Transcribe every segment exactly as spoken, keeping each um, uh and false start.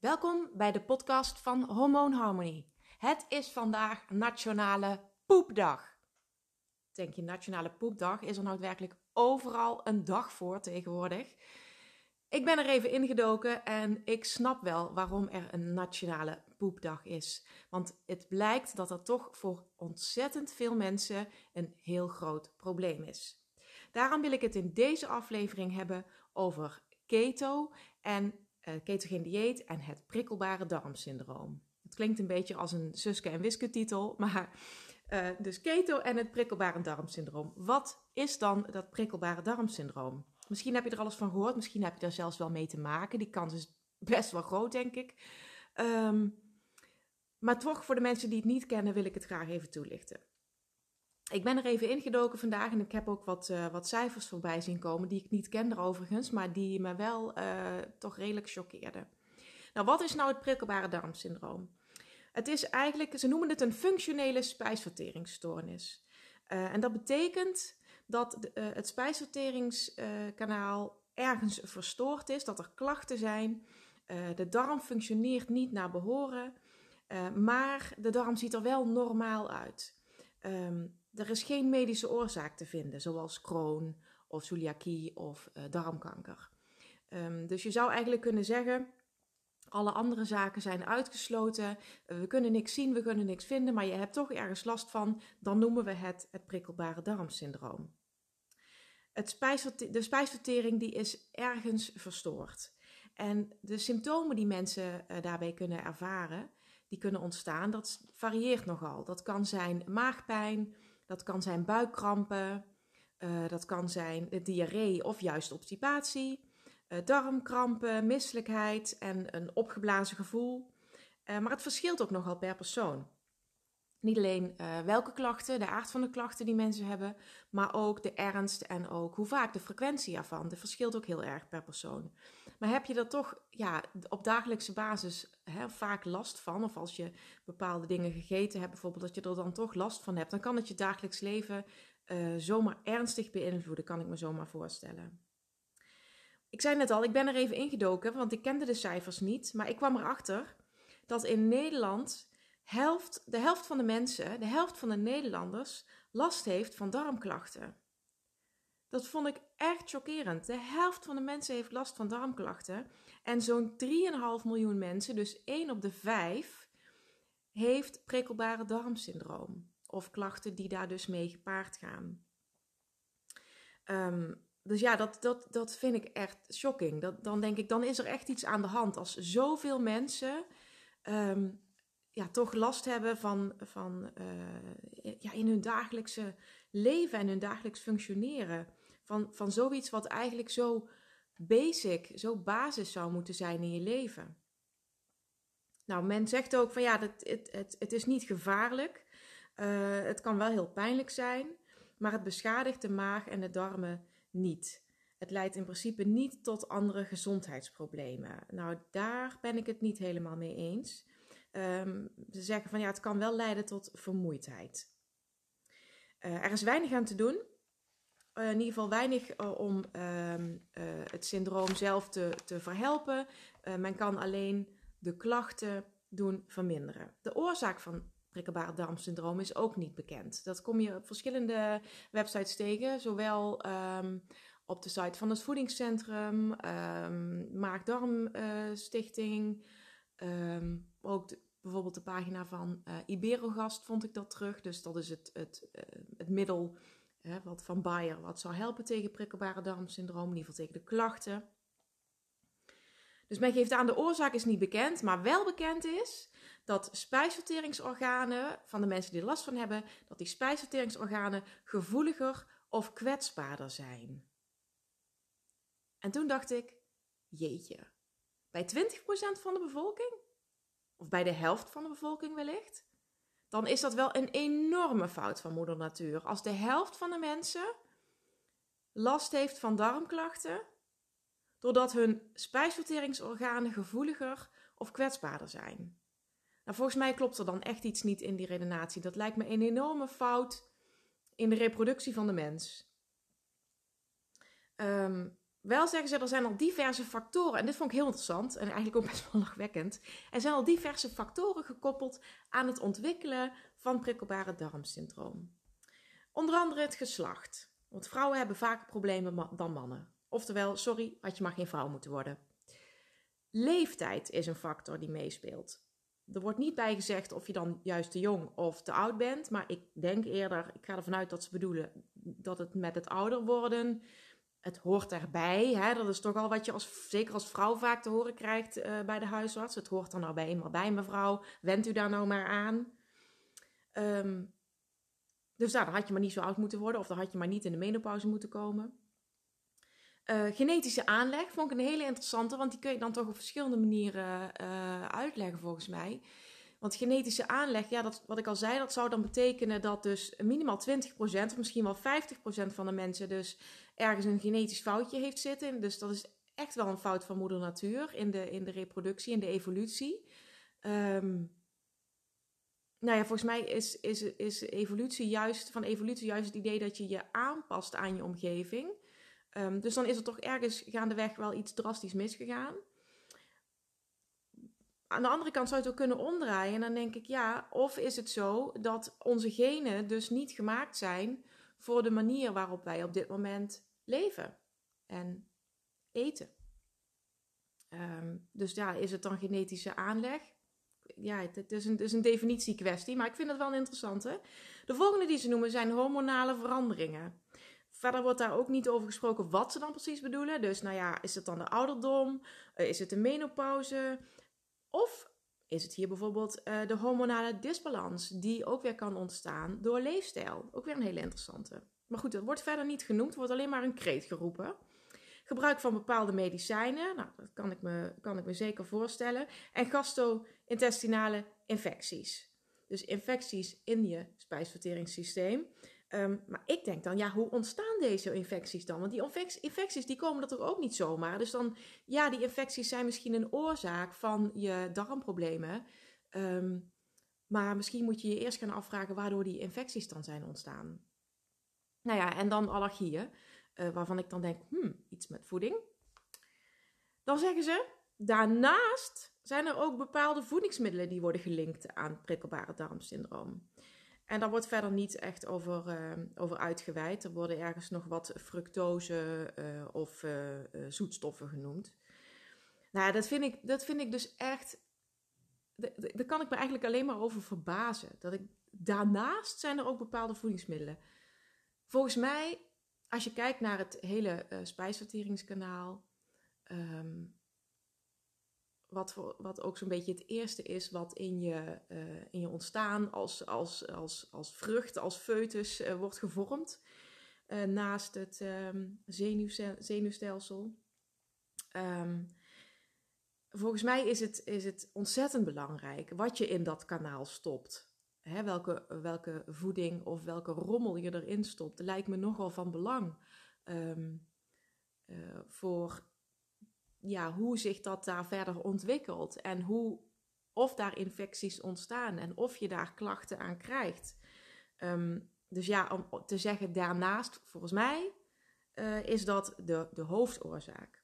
Welkom bij de podcast van Hormoonharmonie. Het is vandaag Nationale Poepdag. Denk je, Nationale Poepdag? Is er nou werkelijk overal een dag voor tegenwoordig? Ik ben er even ingedoken en ik snap wel waarom er een Nationale Poepdag is. Want het blijkt dat er toch voor ontzettend veel mensen een heel groot probleem is. Daarom wil ik het in deze aflevering hebben over keto en uh, ketogeen dieet en het prikkelbare darmsyndroom. Het klinkt een beetje als een Suske en Wiske titel, maar uh, dus keto en het prikkelbare darmsyndroom. Wat is dan dat prikkelbare darmsyndroom? Misschien heb je er alles van gehoord, misschien heb je er zelfs wel mee te maken. Die kans is best wel groot, denk ik. Um, maar toch, voor de mensen die het niet kennen, wil ik het graag even toelichten. Ik ben er even ingedoken vandaag en ik heb ook wat, uh, wat cijfers voorbij zien komen die ik niet kende overigens, maar die me wel uh, toch redelijk choqueerden. Nou, wat is nou het prikkelbare darmsyndroom? Het is eigenlijk, ze noemen het een functionele spijsverteringsstoornis. Uh, en dat betekent dat de, uh, het spijsverteringskanaal uh, ergens verstoord is, dat er klachten zijn. Uh, de darm functioneert niet naar behoren, uh, maar de darm ziet er wel normaal uit. Um, er is geen medische oorzaak te vinden, zoals Crohn of celiakie of uh, darmkanker. Um, dus je zou eigenlijk kunnen zeggen, alle andere zaken zijn uitgesloten. We kunnen niks zien, we kunnen niks vinden, maar je hebt toch ergens last van. Dan noemen we het het prikkelbare darmsyndroom. Het spijsverte- de spijsvertering die is ergens verstoord. En de symptomen die mensen uh, daarbij kunnen ervaren, die kunnen ontstaan, dat varieert nogal. Dat kan zijn maagpijn, dat kan zijn buikkrampen, uh, dat kan zijn diarree of juist obstipatie, uh, darmkrampen, misselijkheid en een opgeblazen gevoel. Uh, maar het verschilt ook nogal per persoon. Niet alleen uh, welke klachten, de aard van de klachten die mensen hebben, maar ook de ernst en ook hoe vaak, de frequentie ervan. Dat verschilt ook heel erg per persoon. Maar heb je er toch ja, op dagelijkse basis hè, vaak last van, of als je bepaalde dingen gegeten hebt bijvoorbeeld, dat je er dan toch last van hebt, dan kan het je dagelijks leven uh, zomaar ernstig beïnvloeden, kan ik me zomaar voorstellen. Ik zei net al, ik ben er even ingedoken, want ik kende de cijfers niet, maar ik kwam erachter dat in Nederland Helft, de helft van de mensen, de helft van de Nederlanders, last heeft van darmklachten. Dat vond ik echt chockerend. De helft van de mensen heeft last van darmklachten. En zo'n drie komma vijf miljoen mensen, dus één op de vijf, heeft prikkelbare darmsyndroom. Of klachten die daar dus mee gepaard gaan. Um, dus ja, dat, dat, dat vind ik echt shocking. Dat, dan denk ik, dan is er echt iets aan de hand. Als zoveel mensen Um, ja, toch last hebben van, van uh, ja, in hun dagelijkse leven en hun dagelijks functioneren. Van, van zoiets wat eigenlijk zo basic, zo basis zou moeten zijn in je leven. Nou, men zegt ook van ja, dat, het, het, het is niet gevaarlijk. Uh, het kan wel heel pijnlijk zijn, maar het beschadigt de maag en de darmen niet. Het leidt in principe niet tot andere gezondheidsproblemen. Nou, daar ben ik het niet helemaal mee eens. Um, ze zeggen van ja, het kan wel leiden tot vermoeidheid. Uh, er is weinig aan te doen. Uh, in ieder geval weinig uh, om uh, uh, het syndroom zelf te, te verhelpen. Uh, men kan alleen de klachten doen verminderen. De oorzaak van prikkelbare darmsyndroom is ook niet bekend. Dat kom je op verschillende websites tegen. Zowel um, op de site van het voedingscentrum, um, Maag-Darm uh, Um, ook de, bijvoorbeeld de pagina van uh, Iberogast vond ik dat terug. Dus dat is het, het, uh, het middel hè, wat van Bayer wat zou helpen tegen prikkelbare darmsyndroom. In ieder geval tegen de klachten. Dus men geeft aan, de oorzaak is niet bekend. Maar wel bekend is dat spijsverteringsorganen van de mensen die er last van hebben, dat die spijsverteringsorganen gevoeliger of kwetsbaarder zijn. En toen dacht ik, jeetje. Bij twintig procent van de bevolking, of bij de helft van de bevolking wellicht, dan is dat wel een enorme fout van moeder natuur. Als de helft van de mensen last heeft van darmklachten, doordat hun spijsverteringsorganen gevoeliger of kwetsbaarder zijn. Nou, volgens mij klopt er dan echt iets niet in die redenatie. Dat lijkt me een enorme fout in de reproductie van de mens. Um, wel zeggen ze, er zijn al diverse factoren, en dit vond ik heel interessant en eigenlijk ook best wel lachwekkend. Er zijn al diverse factoren gekoppeld aan het ontwikkelen van prikkelbare darmsyndroom. Onder andere het geslacht. Want vrouwen hebben vaker problemen dan mannen. Oftewel, sorry, had je maar geen vrouw moeten worden. Leeftijd is een factor die meespeelt. Er wordt niet bij gezegd of je dan juist te jong of te oud bent. Maar ik denk eerder, ik ga ervan uit dat ze bedoelen dat het met het ouder worden, het hoort erbij. Hè? Dat is toch al wat je als, zeker als vrouw vaak te horen krijgt uh, bij de huisarts. Het hoort er nou bij, eenmaal bij mevrouw. Went u daar nou maar aan. Um, dus nou, dan had je maar niet zo oud moeten worden. Of dan had je maar niet in de menopauze moeten komen. Uh, genetische aanleg vond ik een hele interessante, want die kun je dan toch op verschillende manieren uh, uitleggen volgens mij. Want genetische aanleg, ja, dat, wat ik al zei, dat zou dan betekenen dat dus minimaal twintig procent of misschien wel vijftig procent van de mensen dus ergens een genetisch foutje heeft zitten. Dus dat is echt wel een fout van moeder natuur in de, in de reproductie, in de evolutie. Um, nou ja, volgens mij is, is, is evolutie juist, van evolutie juist het idee dat je je aanpast aan je omgeving. Um, dus dan is er toch ergens gaandeweg wel iets drastisch misgegaan. Aan de andere kant zou je het ook kunnen omdraaien. En dan denk ik, ja, of is het zo dat onze genen dus niet gemaakt zijn voor de manier waarop wij op dit moment leven en eten. Um, dus ja, is het dan genetische aanleg? Ja, het is, een, het is een definitiekwestie, maar ik vind het wel een interessante. De volgende die ze noemen zijn hormonale veranderingen. Verder wordt daar ook niet over gesproken wat ze dan precies bedoelen. Dus nou ja, is het dan de ouderdom? Is het de menopauze? Of is het hier bijvoorbeeld uh, de hormonale disbalans die ook weer kan ontstaan door leefstijl? Ook weer een hele interessante. Maar goed, het wordt verder niet genoemd, er wordt alleen maar een kreet geroepen. Gebruik van bepaalde medicijnen, nou, dat kan ik me, kan ik me zeker voorstellen. En gastro-intestinale infecties. Dus infecties in je spijsverteringssysteem. Um, maar ik denk dan, ja, hoe ontstaan deze infecties dan? Want die infecties die komen er toch ook niet zomaar. Dus dan, ja, die infecties zijn misschien een oorzaak van je darmproblemen. Um, maar misschien moet je je eerst gaan afvragen waardoor die infecties dan zijn ontstaan. Nou ja, en dan allergieën. Uh, waarvan ik dan denk, hmm, iets met voeding. Dan zeggen ze, daarnaast zijn er ook bepaalde voedingsmiddelen die worden gelinkt aan prikkelbare darmsyndroom. En daar wordt verder niet echt over, uh, over uitgeweid. Er worden ergens nog wat fructose uh, of uh, uh, zoetstoffen genoemd. Nou, dat vind ik, dat vind ik dus echt... Daar kan ik me eigenlijk alleen maar over verbazen. Dat ik, daarnaast zijn er ook bepaalde voedingsmiddelen. Volgens mij, als je kijkt naar het hele uh, spijsverteringskanaal... Um, Wat, voor, wat ook zo'n beetje het eerste is wat in je, uh, in je ontstaan als, als, als, als vrucht, als foetus uh, wordt gevormd. Uh, naast het um, zenuwstel, zenuwstelsel. Um, volgens mij is het, is het ontzettend belangrijk wat je in dat kanaal stopt. Hè, welke, welke voeding of welke rommel je erin stopt. Dat lijkt me nogal van belang um, uh, voor... Ja, hoe zich dat daar verder ontwikkelt en hoe, of daar infecties ontstaan en of je daar klachten aan krijgt. Um, dus ja, om te zeggen daarnaast, volgens mij, uh, is dat de, de hoofdoorzaak.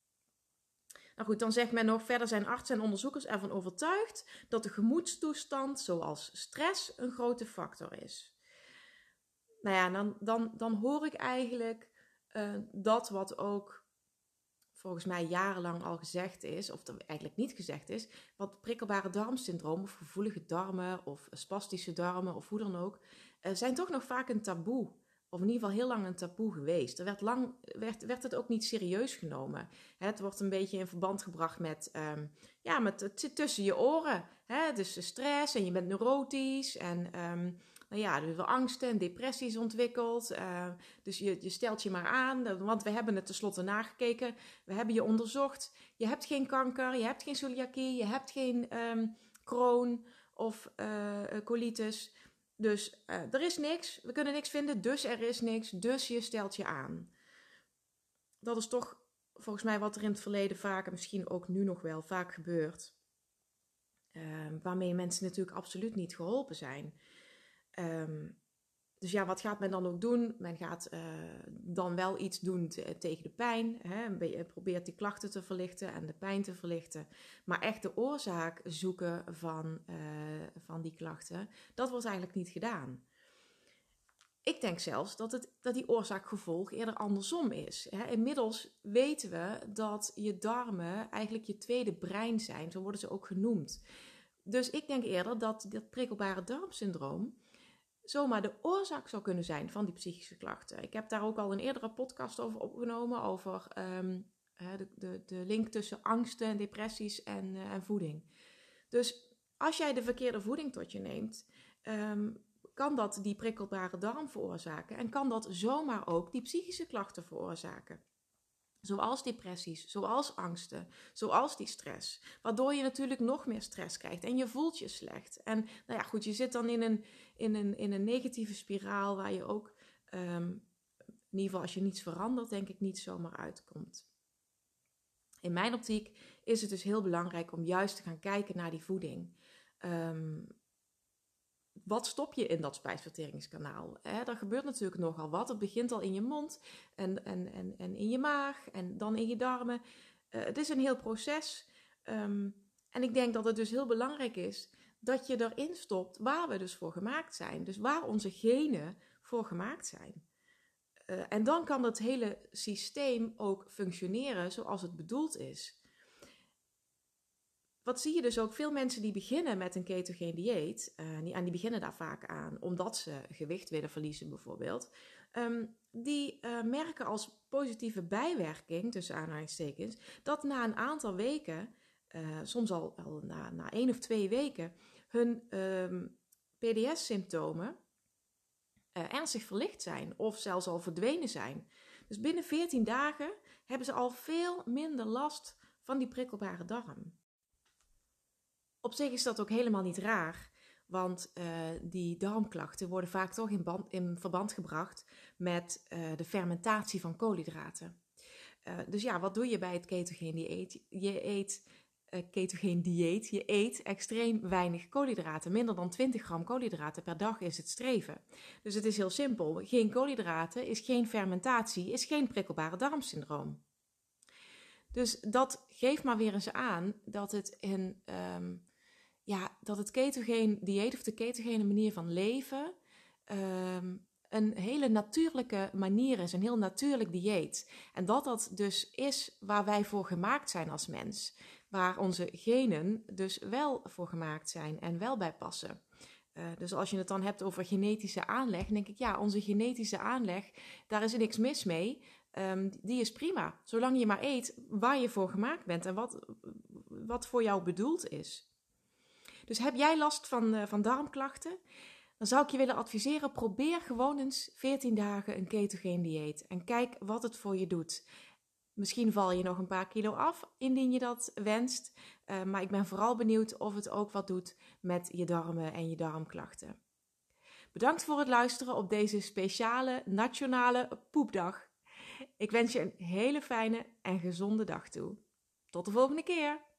Nou goed, dan zegt men nog, verder zijn artsen en onderzoekers ervan overtuigd dat de gemoedstoestand zoals stress een grote factor is. Nou ja, dan, dan, dan hoor ik eigenlijk uh, dat wat ook... volgens mij jarenlang al gezegd is, of er eigenlijk niet gezegd is, wat prikkelbare darmsyndroom of gevoelige darmen of spastische darmen of hoe dan ook, uh, zijn toch nog vaak een taboe. Of in ieder geval heel lang een taboe geweest. Er werd, lang, werd, werd het ook niet serieus genomen. Hè, het wordt een beetje in verband gebracht met, um, ja, met het zit tussen je oren. Hè, dus stress en je bent neurotisch en... Um, Nou ja, er hebben angsten en depressies ontwikkeld. Uh, dus je, je stelt je maar aan, want we hebben het tenslotte nagekeken. We hebben je onderzocht. Je hebt geen kanker, je hebt geen celiakie, je hebt geen um, Crohn of uh, colitis. Dus uh, er is niks, we kunnen niks vinden, dus er is niks. Dus je stelt je aan. Dat is toch volgens mij wat er in het verleden vaak, en misschien ook nu nog wel, vaak gebeurt. Uh, waarmee mensen natuurlijk absoluut niet geholpen zijn. Um, Dus ja, wat gaat men dan ook doen? Men gaat uh, dan wel iets doen te, tegen de pijn. Hè? Je probeert die klachten te verlichten en de pijn te verlichten. Maar echt de oorzaak zoeken van, uh, van die klachten, dat wordt eigenlijk niet gedaan. Ik denk zelfs dat, het, dat die oorzaak-gevolg eerder andersom is. Hè? Inmiddels weten we dat je darmen eigenlijk je tweede brein zijn. Zo worden ze ook genoemd. Dus ik denk eerder dat dat prikkelbare darmsyndroom zomaar de oorzaak zou kunnen zijn van die psychische klachten. Ik heb daar ook al een eerdere podcast over opgenomen, over um, de, de, de link tussen angsten en depressies en, uh, en voeding. Dus als jij de verkeerde voeding tot je neemt, um, kan dat die prikkelbare darm veroorzaken en kan dat zomaar ook die psychische klachten veroorzaken. Zoals depressies, zoals angsten, zoals die stress. Waardoor je natuurlijk nog meer stress krijgt en je voelt je slecht. En nou ja, goed, je zit dan in een, in een, in een negatieve spiraal waar je ook, um, in ieder geval als je niets verandert, denk ik niet zomaar uitkomt. In mijn optiek is het dus heel belangrijk om juist te gaan kijken naar die voeding. Um, Wat stop je in dat spijsverteringskanaal? Hè, er gebeurt natuurlijk nogal wat. Het begint al in je mond en, en, en, en in je maag en dan in je darmen. Uh, het is een heel proces. Um, en ik denk dat het dus heel belangrijk is dat je erin stopt waar we dus voor gemaakt zijn. Dus waar onze genen voor gemaakt zijn. Uh, en dan kan het hele systeem ook functioneren zoals het bedoeld is. Wat zie je dus ook? Veel mensen die beginnen met een ketogeen dieet, uh, en die beginnen daar vaak aan omdat ze gewicht willen verliezen bijvoorbeeld, um, die uh, merken als positieve bijwerking, tussen aanhalingstekens, dat na een aantal weken, uh, soms al, al na, na één of twee weken, hun um, P D S-symptomen uh, ernstig verlicht zijn of zelfs al verdwenen zijn. Dus binnen veertien dagen hebben ze al veel minder last van die prikkelbare darm. Op zich is dat ook helemaal niet raar, want uh, die darmklachten worden vaak toch in, band, in verband gebracht met uh, de fermentatie van koolhydraten. Uh, dus ja, wat doe je bij het ketogeen dieet? Je eet uh, ketogeen dieet, je eet extreem weinig koolhydraten. Minder dan twintig gram koolhydraten per dag is het streven. Dus het is heel simpel. Geen koolhydraten is geen fermentatie, is geen prikkelbare darmsyndroom. Dus dat geeft maar weer eens aan dat het een... Um, Ja, dat het ketogeen dieet of de ketogene manier van leven um, een hele natuurlijke manier is, een heel natuurlijk dieet. En dat dat dus is waar wij voor gemaakt zijn als mens. Waar onze genen dus wel voor gemaakt zijn en wel bij passen. Uh, dus als je het dan hebt over genetische aanleg, denk ik ja, onze genetische aanleg, daar is er niks mis mee. Um, die is prima, zolang je maar eet waar je voor gemaakt bent en wat, wat voor jou bedoeld is. Dus heb jij last van, uh, van darmklachten? Dan zou ik je willen adviseren, probeer gewoon eens veertien dagen een ketogeen dieet. En kijk wat het voor je doet. Misschien val je nog een paar kilo af, indien je dat wenst. Uh, maar ik ben vooral benieuwd of het ook wat doet met je darmen en je darmklachten. Bedankt voor het luisteren op deze speciale nationale poepdag. Ik wens je een hele fijne en gezonde dag toe. Tot de volgende keer!